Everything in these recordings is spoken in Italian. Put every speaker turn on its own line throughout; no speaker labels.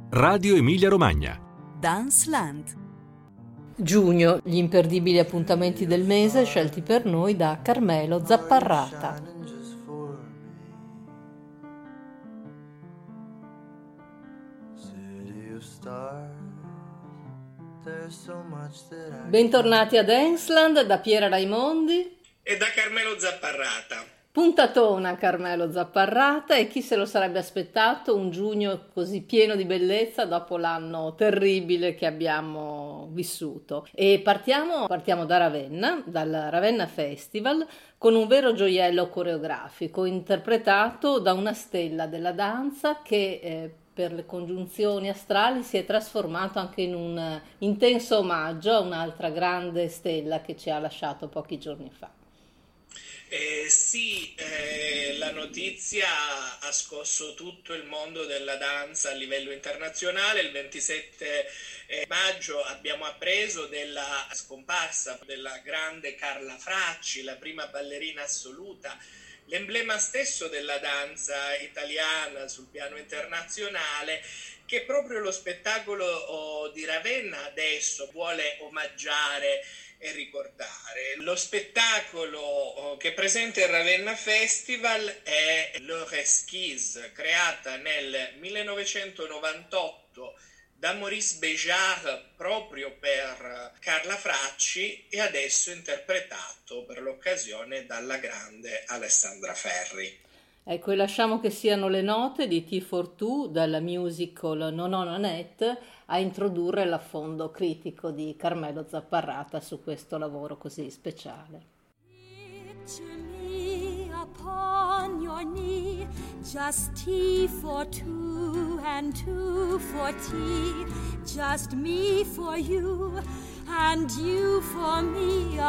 Radio Emilia Romagna.
Danceland.
Giugno, gli imperdibili appuntamenti del mese scelti per noi da Carmelo Zapparrata. Bentornati a Danceland da Piera Raimondi
e da Carmelo Zapparrata.
Puntatona Carmelo Zapparrata, e chi se lo sarebbe aspettato un giugno così pieno di bellezza dopo l'anno terribile che abbiamo vissuto. E partiamo da Ravenna, dal Ravenna Festival, con un vero gioiello coreografico interpretato da una stella della danza che per le congiunzioni astrali si è trasformato anche in un intenso omaggio a un'altra grande stella che ci ha lasciato pochi giorni fa.
La notizia ha scosso tutto il mondo della danza a livello internazionale. Il 27 maggio abbiamo appreso della scomparsa della grande Carla Fracci, la prima ballerina assoluta, l'emblema stesso della danza italiana sul piano internazionale, che proprio lo spettacolo di Ravenna adesso vuole omaggiare e ricordare. Lo spettacolo che presenta il Ravenna Festival è L'Heure Esquisse, creata nel 1998 da Maurice Béjart proprio per Carla Fracci e adesso interpretato per l'occasione dalla grande Alessandra Ferri.
Ecco, e lasciamo che siano le note di T42 dal musical Nonò Nanette a introdurre l'affondo critico di Carmelo Zapparrata su questo lavoro così speciale.
Picture me upon your knee, just tea for two and two for tea, just me for you and you for me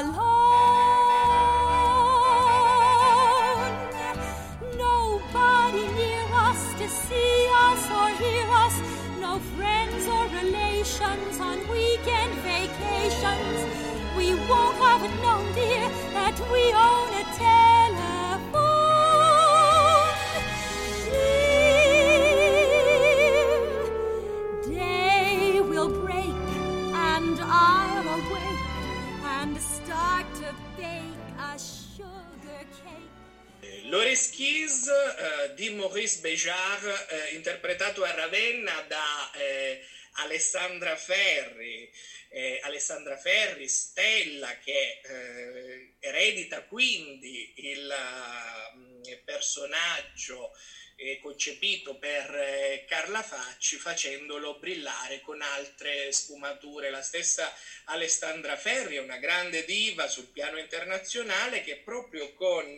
alone. Nobody near us to see us or hear us, no friends or relations on weekend vacations. We won't have it known, dear, that we own a telephone. Dear, day will break and I'll awake and start to bake a sugar cake.
L'Heure Esquisse di Maurice Béjart, interpretato a Ravenna da Alessandra Ferri. Alessandra Ferri, stella che eredita quindi il personaggio concepito per Carla Fracci, facendolo brillare con altre sfumature. La stessa Alessandra Ferri è una grande diva sul piano internazionale che proprio con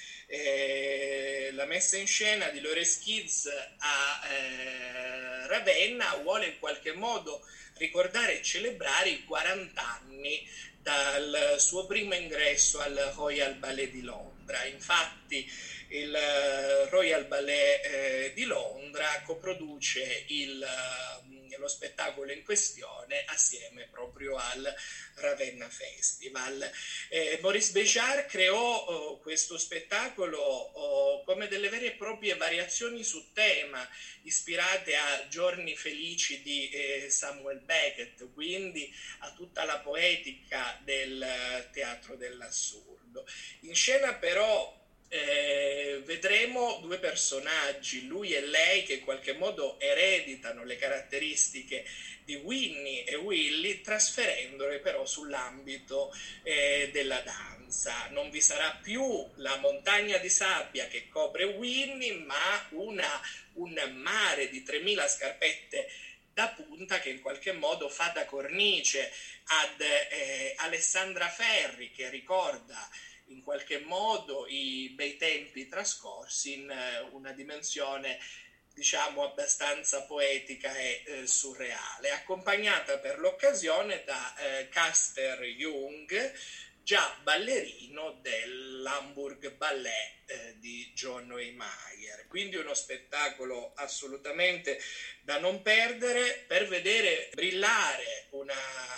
la messa in scena di L'Heure Esquisse a Ravenna vuole in qualche modo ricordare e celebrare i 40 anni dal suo primo ingresso al Royal Ballet di Londra. Infatti il Royal Ballet di Londra coproduce lo spettacolo in questione assieme proprio al Ravenna Festival. Maurice Béjart creò questo spettacolo come delle vere e proprie variazioni su tema, ispirate a Giorni felici di Samuel Beckett, quindi a tutta la poetica del teatro dell'assurdo. In scena però vedremo due personaggi, lui e lei, che in qualche modo ereditano le caratteristiche di Winnie e Willy, trasferendole però sull'ambito della danza. Non vi sarà più la montagna di sabbia che copre Winnie, ma un mare di 3000 scarpette da punta che in qualche modo fa da cornice ad Alessandra Ferri, che ricorda in qualche modo i bei tempi trascorsi in una dimensione, diciamo, abbastanza poetica e surreale, accompagnata per l'occasione da Caster Jung, già ballerino dell'Hamburg Ballet di John Neumeier. Quindi uno spettacolo assolutamente da non perdere per vedere brillare una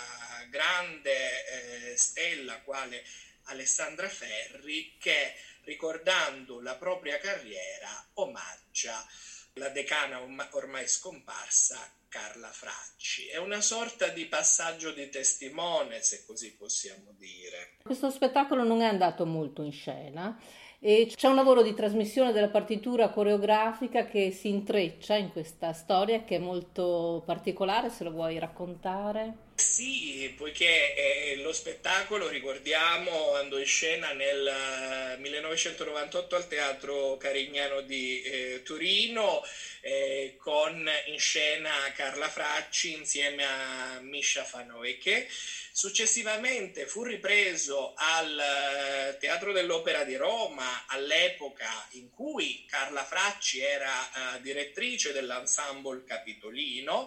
grande stella quale Alessandra Ferri, che ricordando la propria carriera omaggia la decana ormai scomparsa Carla Fracci. È una sorta di passaggio di testimone, se così possiamo dire.
Questo spettacolo non è andato molto in scena e c'è un lavoro di trasmissione della partitura coreografica che si intreccia in questa storia che è molto particolare, se lo vuoi raccontare.
Sì, poiché lo spettacolo, ricordiamo, andò in scena nel 1998 al Teatro Carignano di Torino, con in scena Carla Fracci insieme a Mischa Fanoeke. Successivamente fu ripreso al Teatro dell'Opera di Roma, all'epoca in cui Carla Fracci era direttrice dell'Ensemble Capitolino,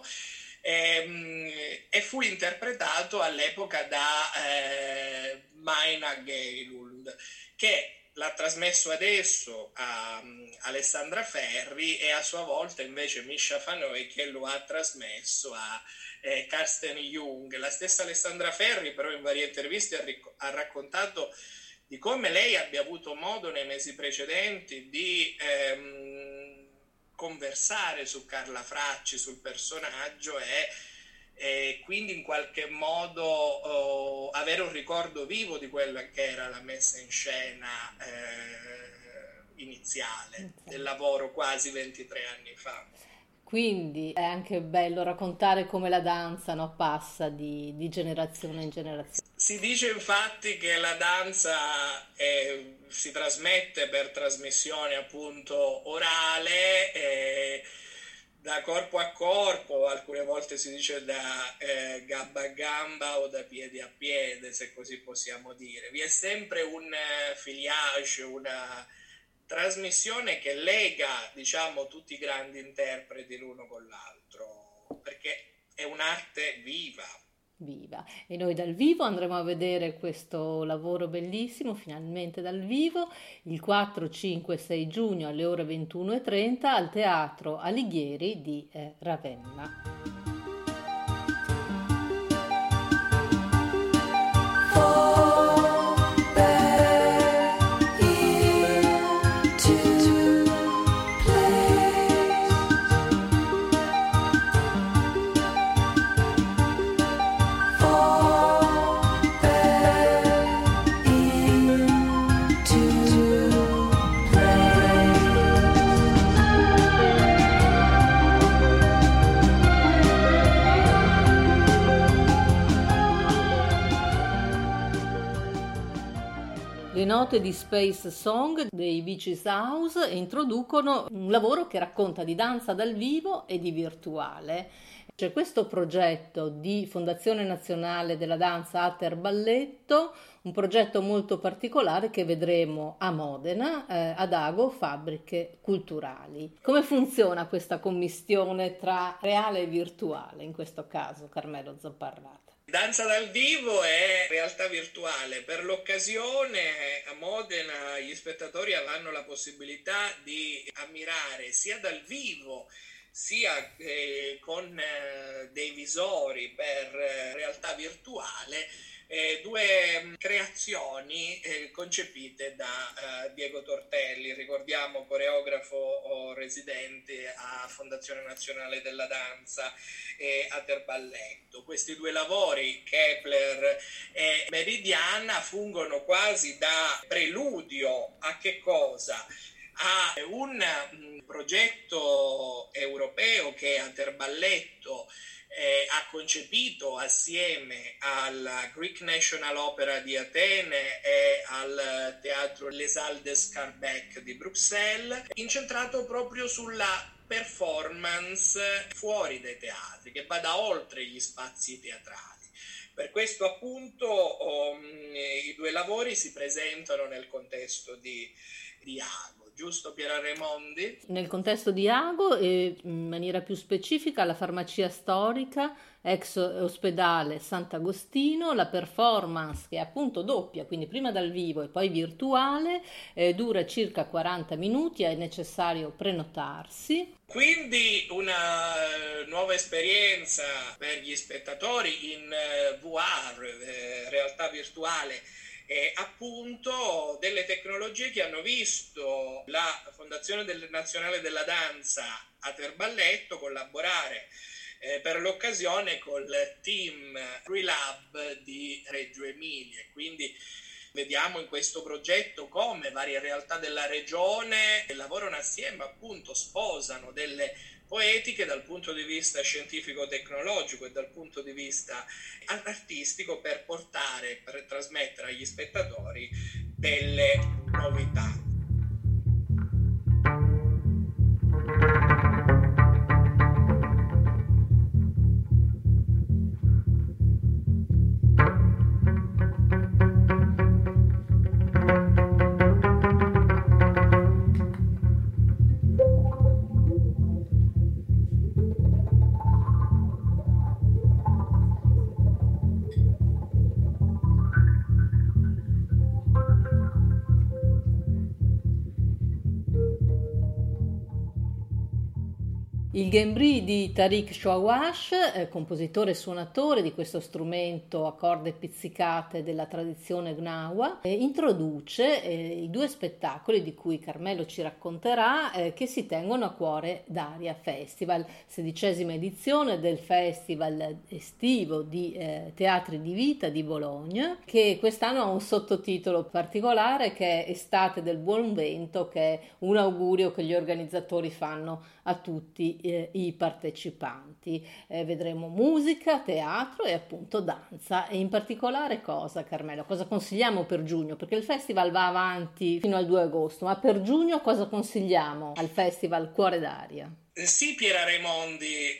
e fu interpretato all'epoca da Maina Geilund, che l'ha trasmesso adesso a Alessandra Ferri, e a sua volta invece Mischa Fanoeke lo ha trasmesso a Karsten Jung. La stessa Alessandra Ferri però in varie interviste ha raccontato di come lei abbia avuto modo nei mesi precedenti di conversare su Carla Fracci, sul personaggio, e quindi in qualche modo avere un ricordo vivo di quella che era la messa in scena iniziale del lavoro quasi 23 anni fa.
Quindi è anche bello raccontare come la danza, no, passa di generazione in generazione.
Si dice infatti che la danza si trasmette per trasmissione appunto orale, da corpo a corpo, alcune volte si dice da gamba a gamba o da piede a piede, se così possiamo dire. Vi è sempre un filiage, una trasmissione che lega, diciamo, tutti i grandi interpreti l'uno con l'altro, perché è un'arte viva.
E noi dal vivo andremo a vedere questo lavoro bellissimo, finalmente dal vivo, il 4, 5 e 6 giugno alle ore 21:30 al Teatro Alighieri di Ravenna. Le note di Space Song dei Beaches House introducono un lavoro che racconta di danza dal vivo e di virtuale. C'è questo progetto di Fondazione Nazionale della Danza Ater Balletto, un progetto molto particolare che vedremo a Modena, ad Ago Fabbriche Culturali. Come funziona questa commistione tra reale e virtuale, in questo caso, Carmelo Zapparrata?
Danza dal vivo è realtà virtuale. Per l'occasione a Modena gli spettatori avranno la possibilità di ammirare sia dal vivo sia con dei visori per realtà virtuale due creazioni concepite da Diego Tortelli, ricordiamo coreografo residente a Fondazione Nazionale della Danza e Ater Balletto. Questi due lavori, Kepler e Meridiana, fungono quasi da preludio a che cosa? A un progetto europeo che Ater Balletto ha concepito assieme alla Greek National Opera di Atene e al teatro Les Halles de Scarbeck di Bruxelles, incentrato proprio sulla performance fuori dai teatri, che vada oltre gli spazi teatrali. Per questo appunto i due lavori si presentano nel contesto di Ago. Giusto, Piera Raimondi?
Nel contesto di Ago e in maniera più specifica la farmacia storica, ex ospedale Sant'Agostino, la performance che è appunto doppia, quindi prima dal vivo e poi virtuale, dura circa 40 minuti, è necessario prenotarsi.
Quindi una nuova esperienza per gli spettatori in VR, realtà virtuale, e appunto delle tecnologie che hanno visto la Fondazione Nazionale della Danza Aterballetto collaborare per l'occasione col team Freelab di Reggio Emilia. Quindi vediamo in questo progetto come varie realtà della regione lavorano assieme, appunto sposano delle poetiche dal punto di vista scientifico-tecnologico e dal punto di vista artistico per trasmettere agli spettatori delle novità.
Il Gembri di Tariq Shawash, compositore e suonatore di questo strumento a corde pizzicate della tradizione gnawa, introduce i due spettacoli di cui Carmelo ci racconterà, che si tengono a Cuore d'Aria Festival, 16ª edizione del festival estivo di Teatri di Vita di Bologna, che quest'anno ha un sottotitolo particolare che è Estate del Buon Vento, che è un augurio che gli organizzatori fanno a tutti i partecipanti. Vedremo musica, teatro e appunto danza. E in particolare cosa, Carmelo? Cosa consigliamo per giugno? Perché il festival va avanti fino al 2 agosto, ma per giugno cosa consigliamo al festival Cuore d'Aria?
Sì, Piera Raimondi,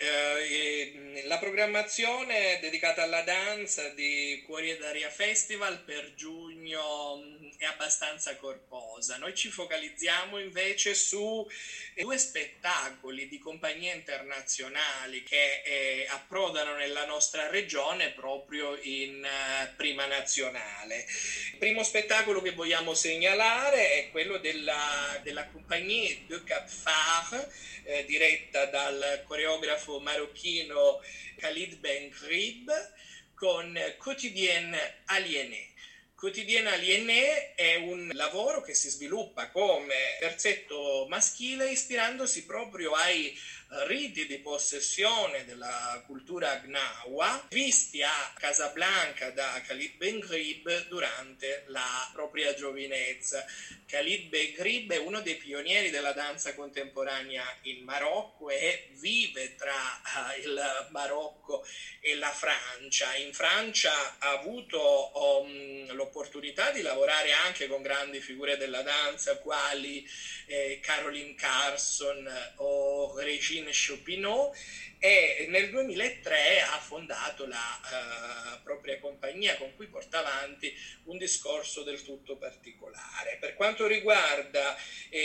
la programmazione dedicata alla danza di Cuore d'Aria Festival per giugno è abbastanza corposa. Noi ci focalizziamo invece su due spettacoli di compagnie internazionali che approdano nella nostra regione proprio in prima nazionale. Il primo spettacolo che vogliamo segnalare è quello della Compagnie de Cap Phare, diretta dal coreografo marocchino Khalid Bengrib, con Quotidienne Aliénée. Quotidienne Aliénée è un lavoro che si sviluppa come terzetto maschile ispirandosi proprio ai riti di possessione della cultura gnawa visti a Casablanca da Khalid Bengrib durante la propria giovinezza. Khalid Bengrib è uno dei pionieri della danza contemporanea in Marocco e vive tra il Marocco e la Francia. In Francia ha avuto l'opportunità di lavorare anche con grandi figure della danza quali Caroline Carson o Régine Chopinot, e nel 2003 ha fondato la propria compagnia con cui porta avanti un discorso del tutto particolare. Per quanto riguarda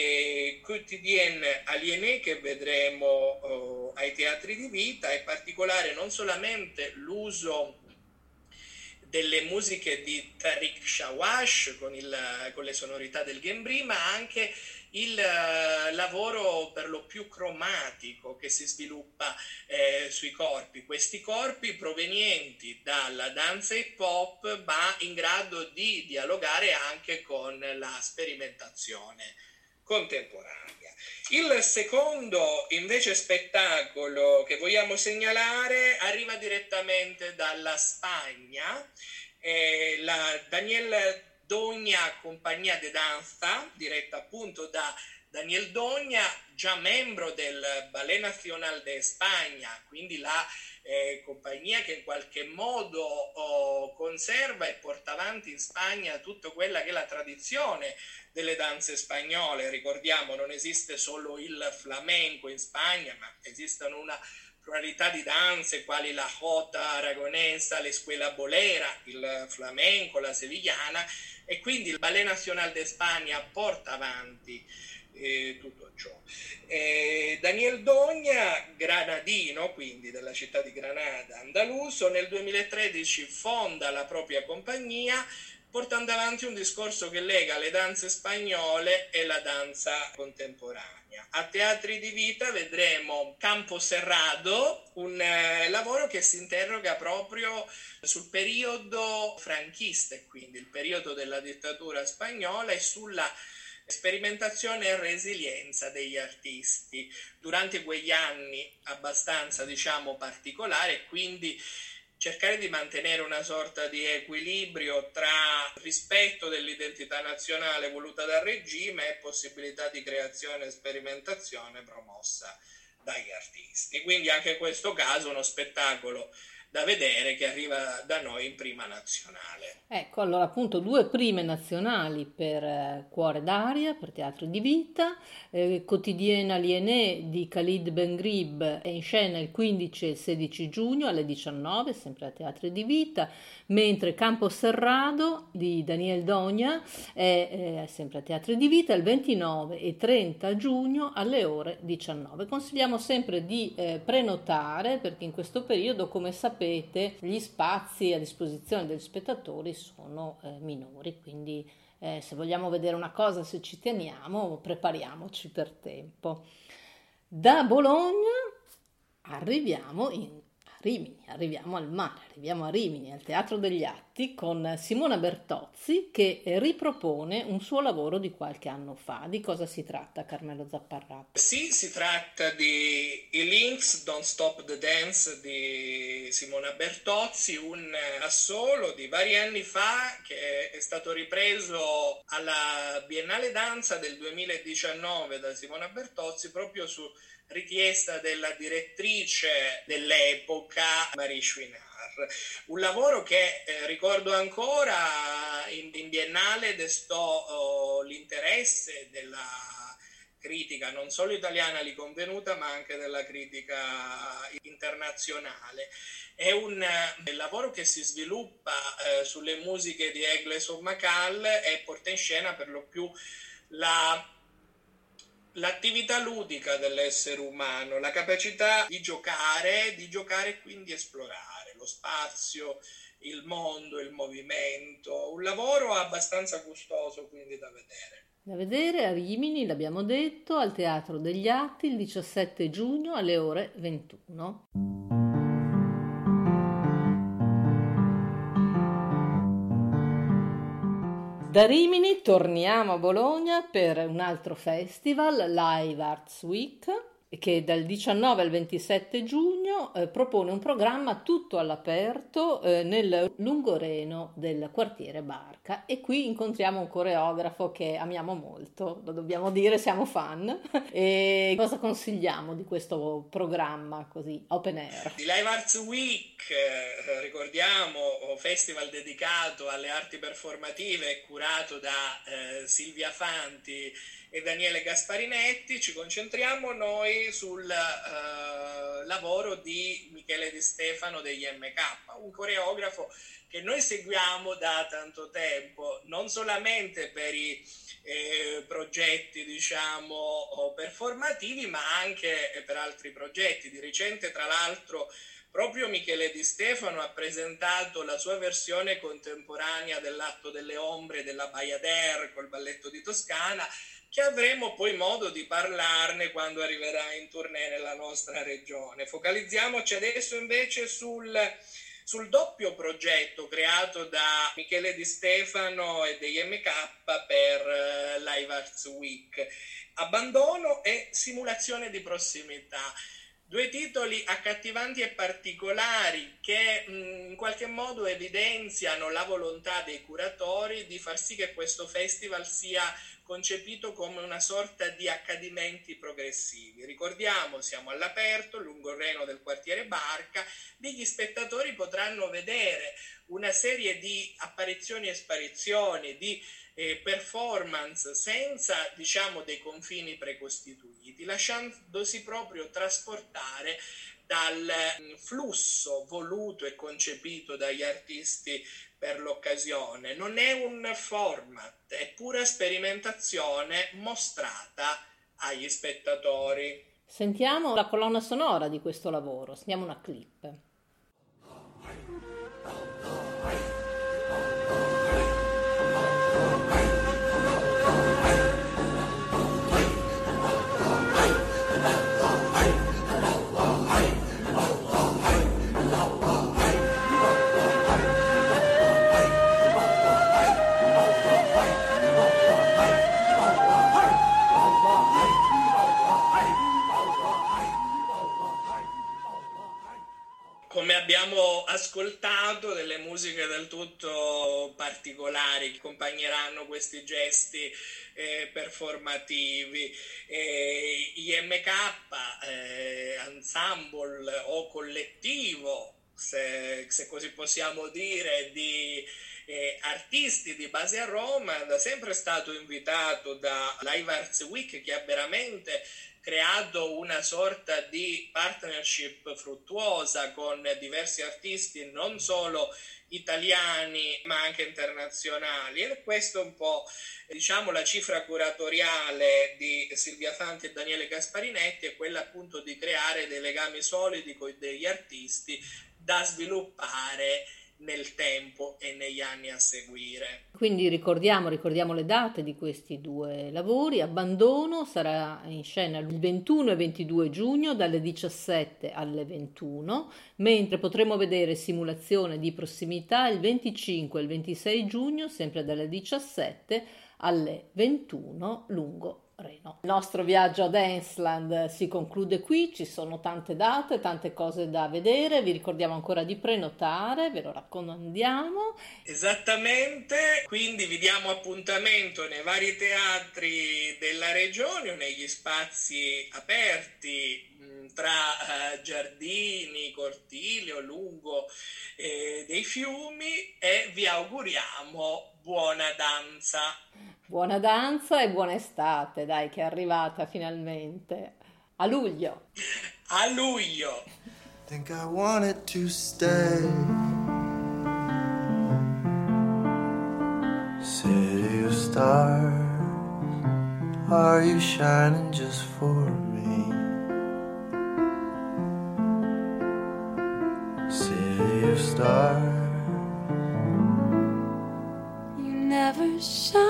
Quotidienne Aliénée, che vedremo ai Teatri di Vita, è particolare non solamente l'uso delle musiche di Tariq Shawash con le sonorità del Gembri, ma anche il lavoro per lo più cromatico che si sviluppa sui corpi. Questi corpi provenienti dalla danza hip hop, ma in grado di dialogare anche con la sperimentazione contemporanea. Il secondo invece spettacolo che vogliamo segnalare arriva direttamente dalla Spagna, la Daniel Doña Compagnia de Danza, diretta appunto da Daniel Doña, già membro del Ballet Nacional de España, quindi la compagnia che in qualche modo conserva e porta avanti in Spagna tutta quella che è la tradizione delle danze spagnole. Ricordiamo, non esiste solo il flamenco in Spagna, ma esistono una pluralità di danze quali la jota aragonesa, l'escuela bolera, il flamenco, la sevillana, e quindi il Ballet Nacional de España porta avanti tutto ciò. Daniel Doña, granadino, quindi della città di Granada, andaluso, nel 2013 fonda la propria compagnia portando avanti un discorso che lega le danze spagnole e la danza contemporanea. A Teatri di Vita vedremo Campo Serrado, un lavoro che si interroga proprio sul periodo franchista, e quindi il periodo della dittatura spagnola, e sulla sperimentazione e resilienza degli artisti durante quegli anni abbastanza, particolari, e quindi cercare di mantenere una sorta di equilibrio tra rispetto dell'identità nazionale voluta dal regime e possibilità di creazione e sperimentazione promossa dagli artisti. Quindi anche in questo caso uno spettacolo da vedere che arriva da noi in prima nazionale.
Ecco, allora appunto 2 prime nazionali per Cuore d'Aria, per Teatri di Vita, Quotidienne Aliénée di Khalid Bengrib è in scena il 15 e il 16 giugno alle 19, sempre a Teatri di Vita, mentre Campo Serrado di Daniel Donia è sempre a Teatri di Vita il 29 e 30 giugno alle ore 19. Consigliamo sempre di prenotare, perché in questo periodo, come sapete, gli spazi a disposizione degli spettatori sono minori, quindi se vogliamo vedere una cosa, se ci teniamo, prepariamoci per tempo. Da Bologna arriviamo a Rimini, arriviamo al mare, arriviamo a Rimini, al Teatro degli Atti, con Simona Bertozzi che ripropone un suo lavoro di qualche anno fa. Di cosa si tratta, Carmelo Zapparrato?
Sì, si tratta di I Lynx Don't Stop the Dance di Simona Bertozzi, un assolo di vari anni fa che è stato ripreso alla Biennale Danza del 2019 da Simona Bertozzi proprio su richiesta della direttrice dell'epoca Marie Chouinard. Un lavoro che ricordo ancora in Biennale destò l'interesse della critica non solo italiana lì convenuta, ma anche della critica internazionale. È un lavoro che si sviluppa sulle musiche di Egles of Macal e porta in scena per lo più l'attività ludica dell'essere umano, la capacità di giocare e quindi esplorare lo spazio, il mondo, il movimento. Un lavoro abbastanza gustoso quindi da vedere.
Da vedere a Rimini, l'abbiamo detto, al Teatro degli Atti il 17 giugno alle ore 21. Da Rimini torniamo a Bologna per un altro festival, Live Arts Week, che dal 19 al 27 giugno propone un programma tutto all'aperto nel Lungoreno del quartiere Barca, e qui incontriamo un coreografo che amiamo molto, lo dobbiamo dire, siamo fan. E cosa consigliamo di questo programma così open air?
Di Live Arts Week, ricordiamo, festival dedicato alle arti performative curato da Silvia Fanti e Daniele Gasparinetti. Ci concentriamo noi sul lavoro di Michele Di Stefano degli MK, un coreografo che noi seguiamo da tanto tempo, non solamente per i progetti performativi, ma anche per altri progetti. Di recente, tra l'altro, proprio Michele Di Stefano ha presentato la sua versione contemporanea dell'Atto delle Ombre della Bayadère col Balletto di Toscana, che avremo poi modo di parlarne quando arriverà in tournée nella nostra regione. Focalizziamoci adesso invece sul doppio progetto creato da Michele Di Stefano e degli MK per Live Arts Week: Abbandono e Simulazione di prossimità. 2 titoli accattivanti e particolari che in qualche modo evidenziano la volontà dei curatori di far sì che questo festival sia concepito come una sorta di accadimenti progressivi. Ricordiamo, siamo all'aperto, lungo il Reno del quartiere Barca, gli spettatori potranno vedere una serie di apparizioni e sparizioni, di performance senza, dei confini precostituiti, lasciandosi proprio trasportare dal flusso voluto e concepito dagli artisti per l'occasione. Non è un format, è pura sperimentazione mostrata agli spettatori.
Sentiamo la colonna sonora di questo lavoro, sentiamo una clip.
come abbiamo ascoltato, delle musiche del tutto particolari che accompagneranno questi gesti performativi. Gli MK, ensemble o collettivo, se così possiamo dire, di artisti di base a Roma, da sempre è stato invitato da Live Arts Week, che ha veramente creato una sorta di partnership fruttuosa con diversi artisti non solo italiani ma anche internazionali, e questo è un po', diciamo, la cifra curatoriale di Silvia Fanti e Daniele Gasparinetti, è quella appunto di creare dei legami solidi con degli artisti da sviluppare nel tempo e negli anni a seguire.
Quindi ricordiamo le date di questi due lavori. Abbandono sarà in scena il 21 e 22 giugno dalle 17 alle 21, mentre potremo vedere Simulazione di prossimità il 25 e il 26 giugno, sempre dalle 17 alle 21 lungo Reno. Il nostro viaggio a Danceland si conclude qui, ci sono tante date, tante cose da vedere, vi ricordiamo ancora di prenotare, ve lo raccomandiamo.
Esattamente, quindi vi diamo appuntamento nei vari teatri della regione, negli spazi aperti tra giardini, cortili o lungo dei fiumi, e vi auguriamo buona danza.
Buona danza e buona estate, dai, che è arrivata finalmente. A luglio.
A luglio.
Think I wanted to stay. City of stars, are you shining just for me? City of stars,
You never shine